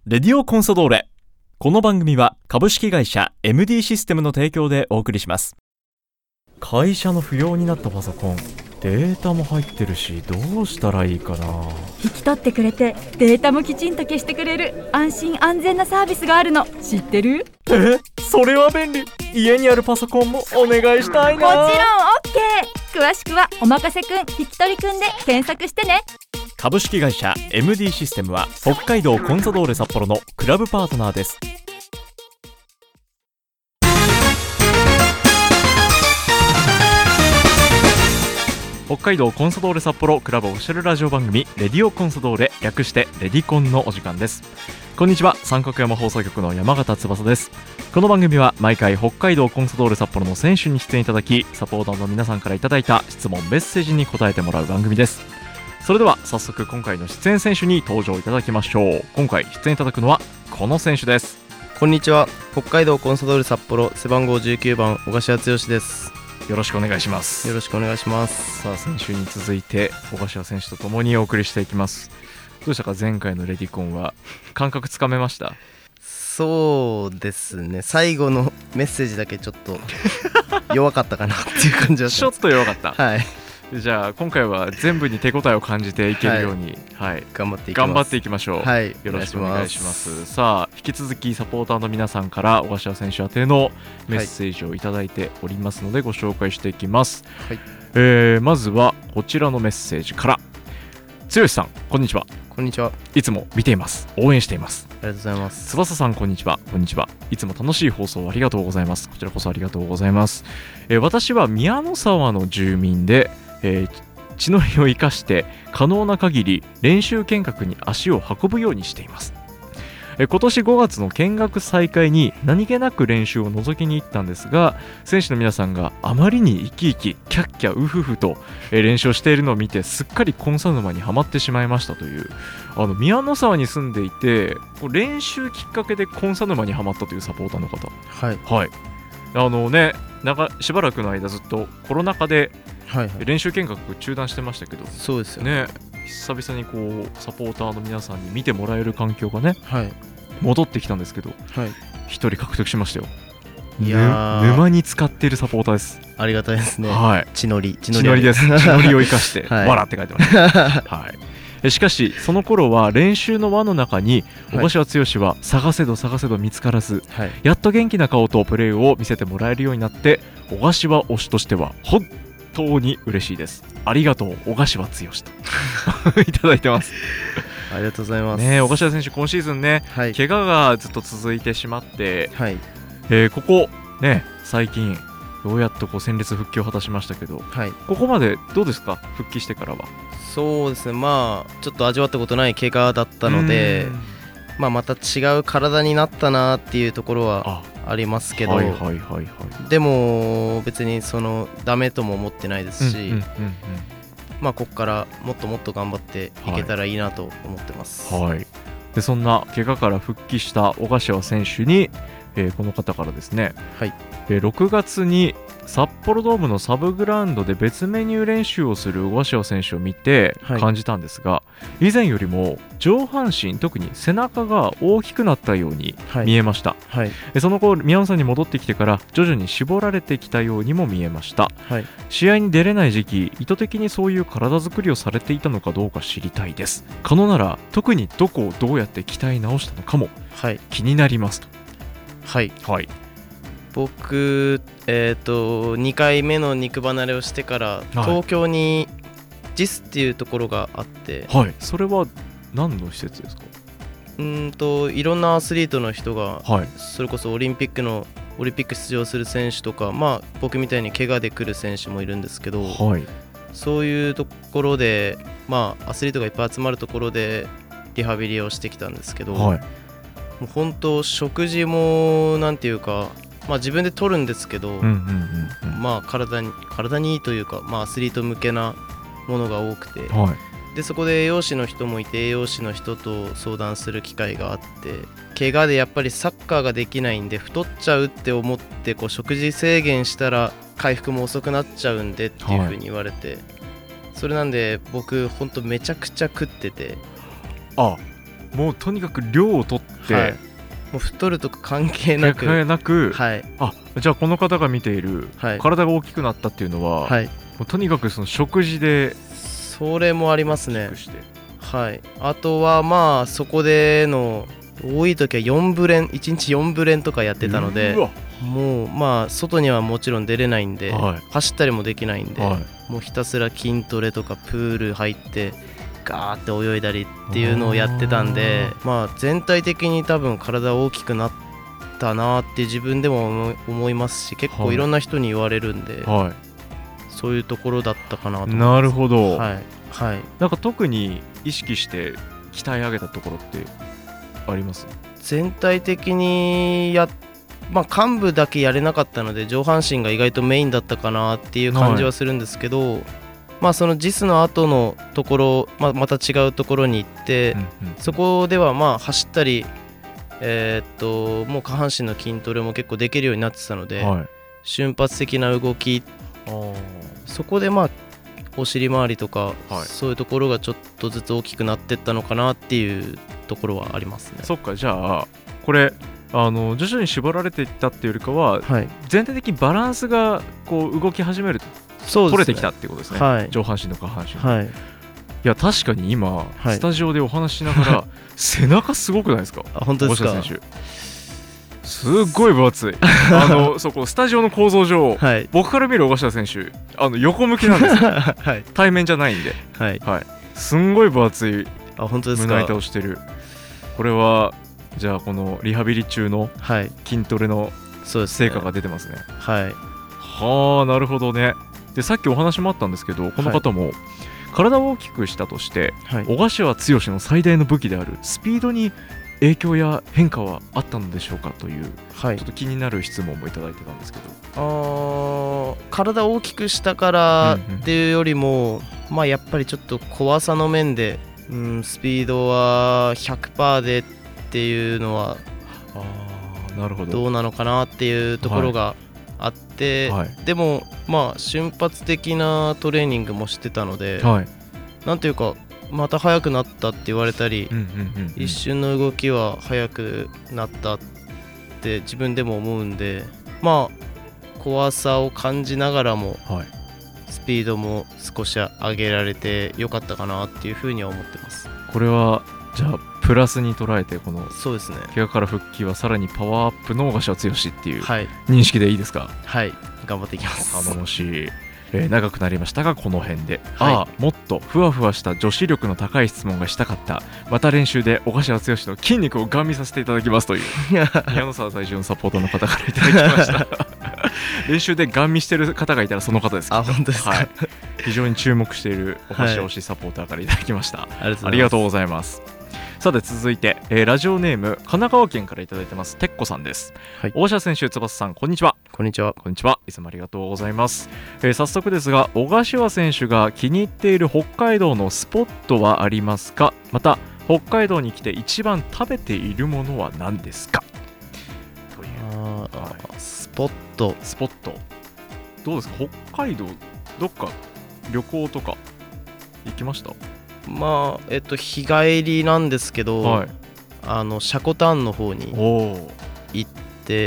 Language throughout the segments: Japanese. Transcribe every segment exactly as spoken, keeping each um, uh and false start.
レディオコンソドーレ。この番組は株式会社 エムディー システムの提供でお送りします。会社の不要になったパソコン、データも入ってるし、どうしたらいいかな。 引き取ってくれてデータもきちんと消してくれる安心安全なサービスがあるの知ってる？ え、それは便利。家にあるパソコンもお願いしたいな。 もちろん OK。 詳しくはおまかせくん引き取りくんで検索してね。 株式会社 エムディー システムは北海道コンサドーレ札幌のクラブパートナーです。北海道コンサドーレ札幌クラブオフィシャルラジオ番組レディオコンサドーレ、略してレディコンのお時間です。こんにちは、三角山放送局の山形翼です。この番組は毎回北海道コンサドーレ札幌の選手に出演いただき、サポーターの皆さんからいただいた質問メッセージに答えてもらう番組です。それでは早速今回の出演選手に登場いただきましょう。今回出演いただくのはこの選手です。 こんにちは、北海道コンサドーレ札幌背番号じゅうきゅうばん小柏剛です。 よろしくお願いします。 よろしくお願いします。 さあ、先週に続いて小柏選手とともにお送りしていきます。どうしたか、前回のレディコンは感覚つかめました？ そうですね、最後のメッセージだけちょっと弱かったかなっていう感じはします。 ちょっと弱かった。 はい。 じゃあ今回は全部に手応えを感じていけるように、はいはい、 頑張っていきます。 頑張っていきましょう。 はい、 よろしくお願いします。さあ、引き続きサポーターの皆さんから小柏選手宛てのメッセージをいただいておりますので、ご紹介していきます。はい。えー、まずはこちらのメッセージから。剛さん、こんにちは。 こんにちは。 いつも見ています。応援しています。 ありがとうございます。 翼さん、こんにちは。こんにちは。いつも楽しい放送ありがとうございます。こちらこそありがとうございます。えー、私は宮の沢の住民で、えー地の利を生かして可能な限り練習見学に足を運ぶようにしています。え今年ごがつの見学再開に何気なく練習を覗きに行ったんですが、選手の皆さんがあまりに生き生きキャッキャウフフと練習をしているのを見て、すっかりコンサ沼にはまってしまいましたという、あの宮の沢に住んでいて練習きっかけでコンサ沼にはまったというサポーターの方。 はい、 はい、あのね、なんかしばらくの間ずっとコロナ禍ではいはい、 練習見学中断してましたけど、 そうですよ ね, ね久々にこうサポーターの皆さんに見てもらえる環境がね、 はい、 戻ってきたんですけど、 はい、 一人獲得しましたよ。 いや沼に使っているサポーターです。 ありがたいですね。 はい、 血のり血のりです血のりを生かして、はい、わらって書いてます、はい、しかしその頃は練習の輪の中に小柏剛は探せど探せど見つからず、はい、やっと元気な顔とプレーを見せてもらえるようになって、小柏推しとしては本当に嬉しいです。ありがとう小柏剛といただいてます。 ありがとうございます。 ね、小柏選手今シーズンね、はい、怪我がずっと続いてしまって、はい、えー、ここね最近ようやっとこう戦列復帰を果たしましたけど、はい、ここまでどうですか、復帰してからは。 そうですね、まあちょっと味わったことない怪我だったので、まあ、また違う体になったなっていうところはありますけど、はいはいはいはい、でも別にそのダメとも思ってないですし、うんうんうんうん、まあここからもっともっと頑張っていけたらいいなと思ってます。 はいはい、でそんな怪我から復帰した小柏選手に、えー、この方からですね、はい、えー、ろくがつに札幌ドームのサブグラウンドで別メニュー練習をする小柏選手を見て感じたんですが、はい、以前よりも上半身、特に背中が大きくなったように見えました。はいはい、その後宮野さんに戻ってきてから徐々に絞られてきたようにも見えました。はい、試合に出れない時期、意図的にそういう体作りをされていたのかどうか知りたいです。可能なら特にどこをどうやって鍛え直したのかも気になりますと。 はい、 はい、 僕、えー、とにかいめの肉離れをしてから東京にジスっていうところがあって、 はい、それは何の施設ですか？ うんといろんなアスリートの人が、はい、それこそオリンピックのオリンピック出場する選手とか、まあ、僕みたいに怪我で来る選手もいるんですけど、はい、そういうところで、まあ、アスリートがいっぱい集まるところでリハビリをしてきたんですけど、はい、もう本当食事もなんていうか、まあ、自分で取るんですけど、うんうんうんうん、まあ、体に、体にいいというか、まあ、アスリート向けなものが多くて、はい、でそこで栄養士の人もいて栄養士の人と相談する機会があって、怪我でやっぱりサッカーができないんで太っちゃうって思ってこう食事制限したら回復も遅くなっちゃうんでっていう風に言われて、はい、それなんで僕ほんとめちゃくちゃ食ってて、 あもうとにかく量を取って、 はい、もう太るとか関係なく関係なく、 はい、 あじゃあこの方が見ている、はい、体が大きくなったっていうのは、はい、もうとにかくその食事でそれもありますね。はい、あとはまあそこでの多い時はよんブレンいちにちよんブレンとかやってたので、もうまあ外にはもちろん出れないんで、はい、走ったりもできないんで、はい、もうひたすら筋トレとかプール入ってガーって泳いだりっていうのをやってたんで、まあ全体的に多分体大きくなったなって自分でも思いますし、結構いろんな人に言われるんで、はい、そういうところだったかなと思います。 なるほど、 はいはい、 なんか特に意識して鍛え上げたところってあります？ 全体的にや、まあ、幹部だけやれなかったので上半身が意外とメインだったかなっていう感じはするんですけど、はい、まあ、そのジスの後のところ、まあ、また違うところに行って、うんうん、そこではまあ走ったり、えー、っともう下半身の筋トレも結構できるようになってたので、はい、瞬発的な動き、そこでまあお尻周りとか、はい、そういうところがちょっとずつ大きくなっていったのかなっていうところはありますね。 そっか、じゃあこれあの徐々に絞られていったっていうよりかは、はい、全体的にバランスがこう動き始めると、そうですね、取れてきたっていうことですね、はい、上半身と下半身、はい、いや確かに今、はい、スタジオでお話ししながら背中すごくないですか？ あ、本当ですか？ 選手すっごい分厚いあのそこスタジオの構造上、はい、僕から見る小頭選手あの横向きなんですよ、はい、対面じゃないんで、はいはい、すんごい分厚い胸板をしてる。これはじゃあこのリハビリ中の筋トレの成果が出てますね。はい、はあ、なるほどね。でさっきお話もあったんですけど、この方も体を大きくしたとして、はい、小頭剛の最大の武器であるスピードに影響や変化はあったのでしょうかという、はい、ちょっと気になる質問もいただいてたんですけど、 あ体を大きくしたからっていうよりも、うんうん、まあやっぱりちょっと怖さの面で、うん、スピードは ひゃくパーセント でっていうのはあなるほどどうなのかなっていうところがあって、はいはい、でもまあ瞬発的なトレーニングもしてたので、はい、なんていうかまた速くなったって言われたり、うんうんうんうん、一瞬の動きは速くなったって自分でも思うんで、まあ怖さを感じながらも、はい、スピードも少し上げられてよかったかなっていうふうには思ってます。 これはじゃあプラスに捉えて、このそうですね、 怪我から復帰はさらにパワーアップの小頭剛っていう認識でいいですか？ はい、はい、頑張っていきます。 頼もしい。えー、長くなりましたがこの辺で、はい、ああもっとふわふわした女子力の高い質問がしたかった、また練習で小頭剛の筋肉をガン見させていただきますという宮野沢在住のサポーターの方からいただきました練習でガン見してる方がいたらその方です。 あ、本当ですか？はい、 非常に注目しているお箸推しサポーターからいただきました、はい、ありがとうございます。さて続いて、えー、ラジオネーム神奈川県からいただいてますてっこさんです。はい、大頭選手、翼さん、こんにちは。 こんにちは。 こんにちは。いつもありがとうございます。えー、早速ですが、小頭選手が気に入っている北海道のスポットはありますか？また北海道に来て一番食べているものは何ですか？というあ、はい、スポットスポットどうですか？北海道どっか旅行とか行きました？ まあえっと日帰りなんですけど、はい、あのシャコタンの方に行って、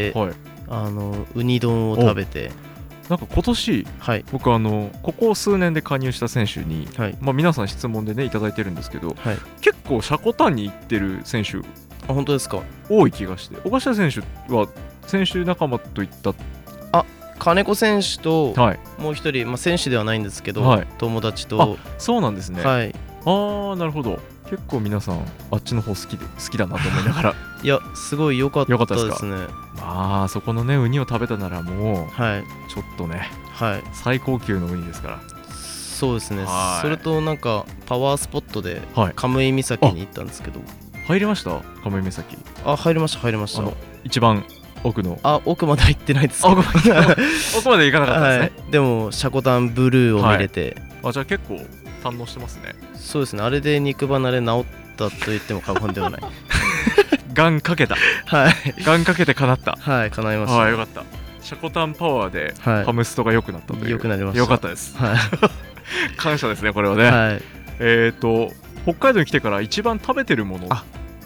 はい、あのウニ丼を食べて、 なんか今年、はい、僕あのここ数年で加入した選手に、はい、まあ、皆さん質問でねいただいてるんですけど、はい、結構シャコタンに行ってる選手、 あ、本当ですか？ 多い気がして。小頭選手は選手仲間といった、 あ、金子選手ともう一人、まあ、選手ではないんですけど、はい、友達と。 あ、そうなんですね。はい、ああ、なるほど。結構皆さんあっちの方好きで好きだなと思いながらいや、すごい良かったですね。 まあそこのねウニを食べたならもう、はい、ちょっとね、はい、最高級のウニですから。 そうですね。それとなんかパワースポットでカムイ岬に行ったんですけど、はい、 入りました？カムイ岬。 あ、入りました入りました。あの一番奥の、 あ、奥まで入ってないですけど奥まで行かなかったですね、 はい、でもシャコタンブルーを見れて、 はい、あ、じゃあ結構堪能してますね。 そうですね。あれで肉離れ治ったと言っても過言ではないガンかけた。はい、ガンかけて叶った。 はい、叶いました。 ああ、よかった。シャコタンパワーでハムストが良くなったという、 良くなりました。 よかったです、はい、感謝ですねこれはね、はい、えっ、ー、と北海道に来てから一番食べてるものっ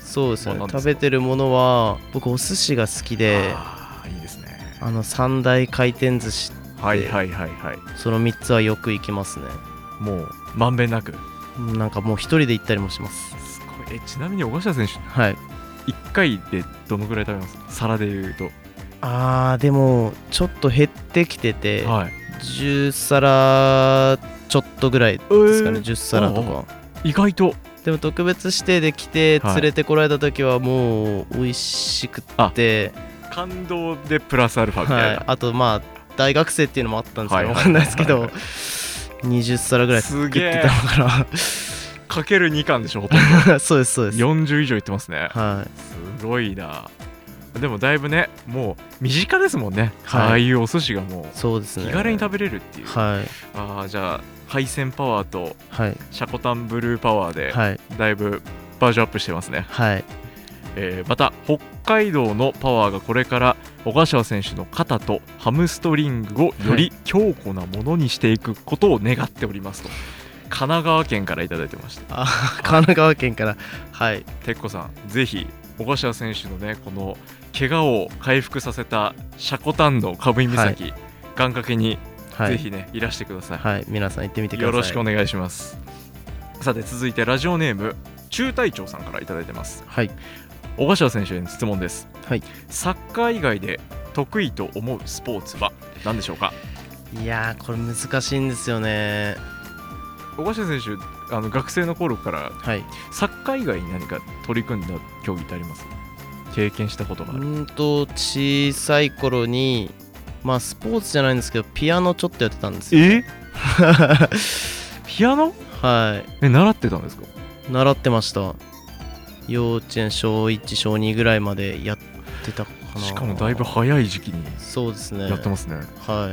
そうですね、食べてるものは僕お寿司が好きで、 あいいですね、 あの三大回転寿司って、 はいはいはいはい、 そのみっつはよく行きますね。 もうまんべんなく、 なんかもう一人で行ったりもします。 すごい。えちなみに小柏選手、 はい、 いっかいでどのぐらい食べます？皿でいうと。 あーでもちょっと減ってきてて、 はい、 じゅっ皿ちょっとぐらいですかね、えー、じゅっ皿とか。 意外と。 でも特別指定で来て連れてこられた時はもう美味しくって、 はい、感動でプラスアルファみたいな、はい、 あとまあ大学生っていうのもあったんですけど、はい、分かんないですけどにじゅっ皿ぐらい作ってたのかなかけるにかんでしょほとんどそうですそうです、 よんじゅう以上いってますね。 はい、 すごいな。でもだいぶねもう身近ですもんね、はい、ああいうお寿司がもうそうですね、 気軽に食べれるっていう、 はい、 あじゃあ海鮮パワーとシャコタンブルーパワーで、 はい、 だいぶバージョンアップしてますね。 はい、 えー、また北海道のパワーがこれから小柏選手の肩とハムストリングをより強固なものにしていくことを願っておりますと、はい、神奈川県からいただいてました。 あ、神奈川県から、はい、 てっこさんぜひ小柏選手のねこの怪我を回復させたシャコタンの上井岬、はい、願掛けにぜひね、はい、いらしてください。 はい、皆さん行ってみてください。 よろしくお願いします。さて続いてラジオネーム中隊長さんからいただいてます。 はい、 小柏選手への質問です。 はい、 サッカー以外で得意と思うスポーツは何でしょうか？ いやーこれ難しいんですよね。 小柏選手あの学生の頃から、はい、サッカー以外に何か取り組んだ競技ってあります？経験したことがある？ うんと小さい頃にまあスポーツじゃないんですけどピアノちょっとやってたんですよ。 えピアノ？ はい。 え習ってたんですか？ 習ってました。幼稚園しょういちしょうにぐらいまでやってたかな。 しかもだいぶ早い時期にそうですねやってますね。 はい、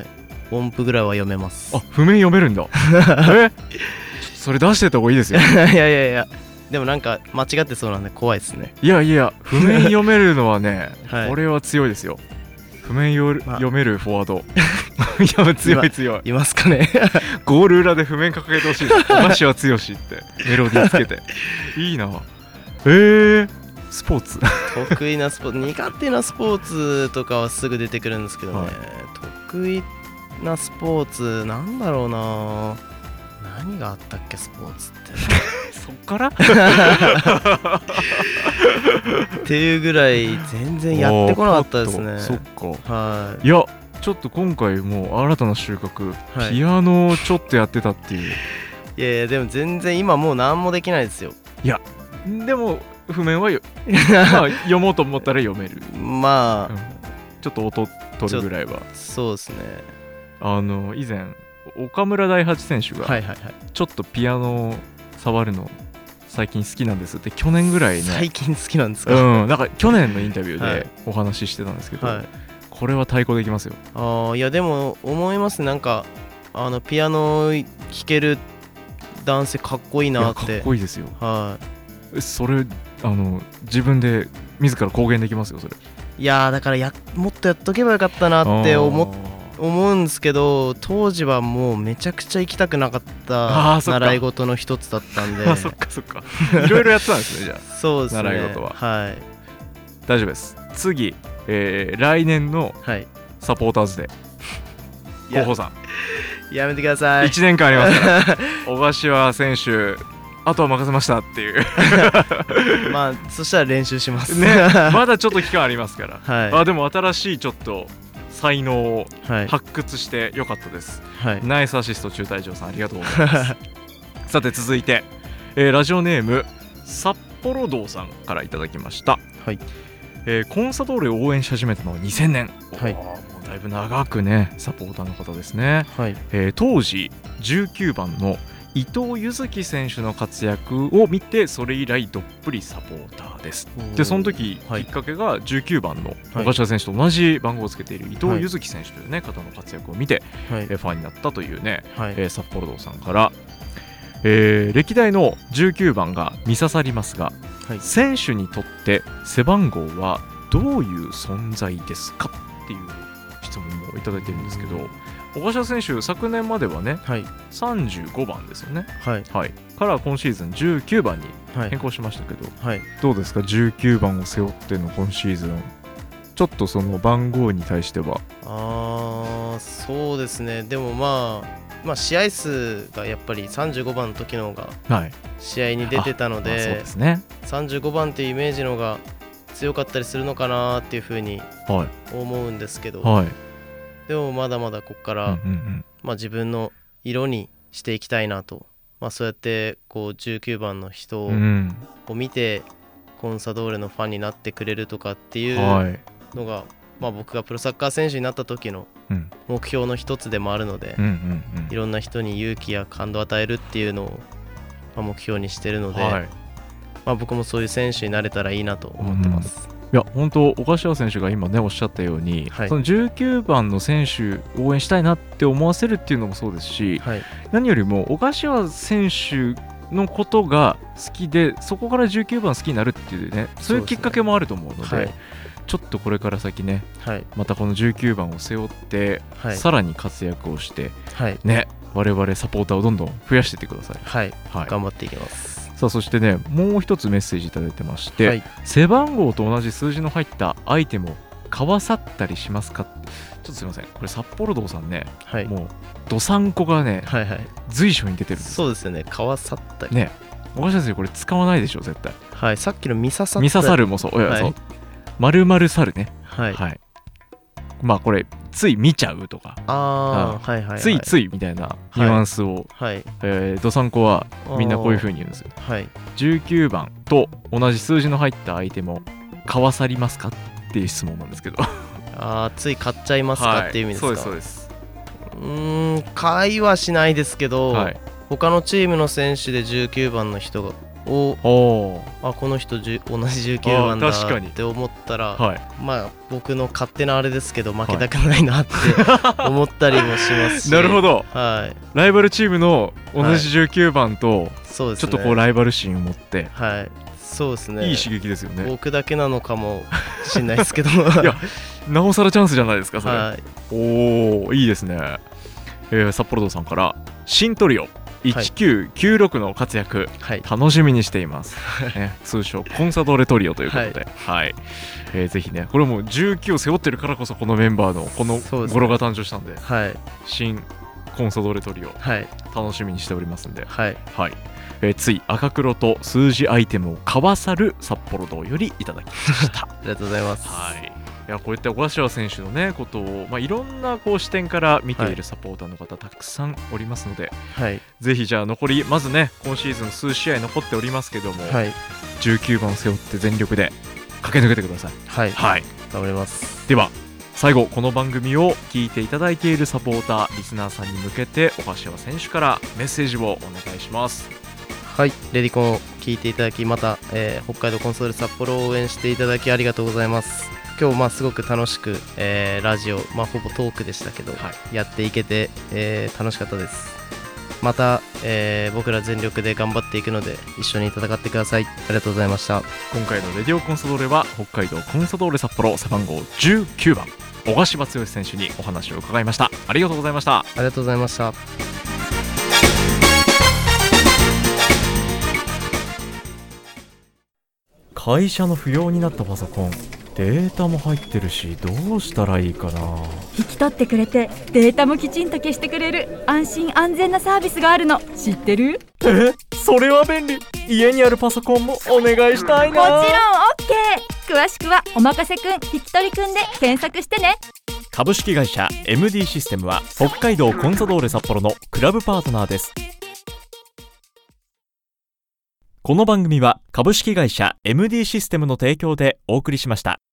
音符ぐらいは読めます。 あ、譜面読めるんだえそれ出してた方がいいですよ。 いやいやいやでもなんか間違ってそうなんで怖いですね。 いやいや譜面読めるのはね、はい、これは強いですよ。譜面よ、まあ、読めるフォワードいや強い強いいますかねゴール裏で譜面掲げてほしい。お箸は強しってメロディーつけていいな。えー、スポーツ得意なスポーツ苦手なスポーツとかはすぐ出てくるんですけどね、はい、得意なスポーツなんだろうな。何があったっけスポーツってそっからっていうぐらい全然やってこなかったですね。 そっか、 はい、 いやちょっと今回もう新たな収穫、はい、ピアノをちょっとやってたっていう。 いやいやでも全然今もう何もできないですよ。 いやでも譜面はよまあ読もうと思ったら読めるまあ、うん、 ちょっと音取るぐらいは。 そうですね。 あの以前岡村大八選手がちょっとピアノを触るの最近好きなんですって去年ぐらいね。 最近好きなんですか？ うん、なんか去年のインタビューでお話ししてたんですけど、はい、これは対抗できますよ。 ああいやでも思いますね。なんかあのピアノ弾ける男性かっこいいなって。 いやかっこいいですよ。 はい。 それあの自分で自ら公言できますよそれ。 いやだからやもっとやっとけばよかったなって思っ思うんですけど当時はもうめちゃくちゃ行きたくなかった習い事の一つだったんで。 あそっかそっかいろいろやってたんですねじゃあ。 そうですね習い事は。 はい。 大丈夫です。次、えー、来年のサポーターズデー、はい、候補さんやめてください。 いちねんかんありますから小柏選手あとは任せましたっていうまあそしたら練習しますね。まだちょっと期間ありますから、はい、あでも新しいちょっと才能を発掘してよかったです、はい、ナイスアシスト中隊長さんありがとうございますさて続いて、えー、ラジオネーム札幌道さんからいただきました、はいえー、コンサドーレを応援し始めたのはにせんねん、はい、もうだいぶ長くねサポーターの方ですね、はいえー、当時じゅうきゅうばんの伊藤柚月選手の活躍を見てそれ以来どっぷりサポーターです。でその時、はい、きっかけがじゅうきゅうばんの小柏選手と同じ番号をつけている伊藤柚月選手という、ね、方の活躍を見て、はいえー、ファンになったというね、はいえー、札幌道さんから、えー、歴代のじゅうきゅうばんが見刺さりますが、はい、選手にとって背番号はどういう存在ですかっていう質質問もいただいてるんですけど、小柏選手昨年まではね、はい、さんじゅうごばんですよね、はいはい、から今シーズンじゅうきゅうばんに変更しましたけど、はい、どうですかじゅうきゅうばんを背負っての今シーズン、ちょっとその番号に対しては。 あーそうですね、でもまあまあ、試合数がやっぱりさんじゅうごばんの時の方が試合に出てたので、はい、そうですね、さんじゅうごばんっていうイメージの方が強かったりするのかなっていうふうに思うんですけど、はい、でもまだまだここから、うんうんうんまあ、自分の色にしていきたいなと、まあ、そうやってこうじゅうきゅうばんの人を見てコンサドーレのファンになってくれるとかっていうのが、はいまあ、僕がプロサッカー選手になった時の目標の一つでもあるので、うんうんうんうん、いろんな人に勇気や感動を与えるっていうのを、まあ、目標にしてるので、はいまあ、僕もそういう選手になれたらいいなと思ってます、 うん、いや本当小柏選手が今ねおっしゃったように、はい、そのじゅうきゅうばんの選手応援したいなって思わせるっていうのもそうですし、はい、何よりも小柏選手のことが好きでそこからじゅうきゅうばん好きになるっていうね、そういうきっかけもあると思うので、はいちょっとこれから先ね、はい、またこのじゅうきゅうばんを背負って、はい、さらに活躍をして、はい、ね、我々サポーターをどんどん増やしていってください。 はい、はい、頑張っていきます。 さあそしてね、もう一つメッセージいただいてまして、はい、背番号と同じ数字の入ったアイテムを買わさったりしますか。ちょっとすいません、これ札幌道さんね、はい、もうどさんこがね、はいはい、随所に出てるんです。 そうですよね、買わさったりね、小柏先生これ使わないでしょ絶対。 はい、さっきの見刺さった見刺さるもそう、いや、はい、そう丸々猿ね、はい、はい、まあこれつい見ちゃうとか、あ、はいはいはい、ついついみたいなニュアンスを、はいえー、どさんこはみんなこういう風に言うんですよ、はい、じゅうきゅうばんと同じ数字の入ったアイテムを買わさりますかっていう質問なんですけどあ、つい買っちゃいますかっていう意味ですか。 はい、そうですそうです。 うーん、買いはしないですけど、はい、他のチームの選手でじゅうきゅうばんの人がおあこの人同じじゅうきゅうばんだって思ったら、はい、まあ僕の勝手なあれですけど負けたくないなって思ったりもしますしなるほど、はい、ライバルチームの同じじゅうきゅうばんと、はい、ちょっとこうライバル心を持って、 はい、そうですね、 いい刺激ですよね。 僕だけなのかもしれないですけどいやなおさらチャンスじゃないですかそれ、はい、おおいいですね、えー、札幌道さんから新トリオいちきゅうきゅうろくの活躍、はい、楽しみにしています、ね、通称コンサドーレトリオということで、はいはいえー、ぜひね、これもじゅうきゅうを背負ってるからこそこのメンバーのこの語呂が誕生したんで、はい、新コンサドーレトリオ、はい、楽しみにしておりますんで、はいはいえー、つい赤黒と数字アイテムをかわさる札幌道よりいただきましたありがとうございます。 はい、いやこういった小柏選手の、ね、ことを、まあ、いろんなこう視点から見ているサポーターの方、はい、たくさんおりますので、はい、ぜひじゃあ残りまずね今シーズン数試合残っておりますけども、はい、じゅうきゅうばんを背負って全力で駆け抜けてください。 はい、はい、頑張ります。 では最後この番組を聞いていただいているサポーターリスナーさんに向けて小柏選手からメッセージをお願いします。 はい、レディコンを聞いていただきまた、えー、北海道コンサドーレ札幌を応援していただきありがとうございます。今日まあすごく楽しく、えー、ラジオ、まあ、ほぼトークでしたけど、はい、やっていけて、えー、楽しかったです。また、えー、僕ら全力で頑張っていくので一緒に戦ってください。ありがとうございました。 今回のレディオコンサドーレは北海道コンサドーレ札幌背番号じゅうきゅうばん小柏剛選手にお話を伺いました。ありがとうございました。 ありがとうございました。 会社の不要になったパソコン、データも入ってるしどうしたらいいかな。 引き取ってくれてデータもきちんと消してくれる安心安全なサービスがあるの知ってる？ え、それは便利。家にあるパソコンもお願いしたいな。 もちろん OK。 詳しくはおまかせくん引き取りくんで検索してね。 株式会社 エムディー システムは北海道コンサドーレ札幌のクラブパートナーです。この番組は株式会社 エムディー システムの提供でお送りしました。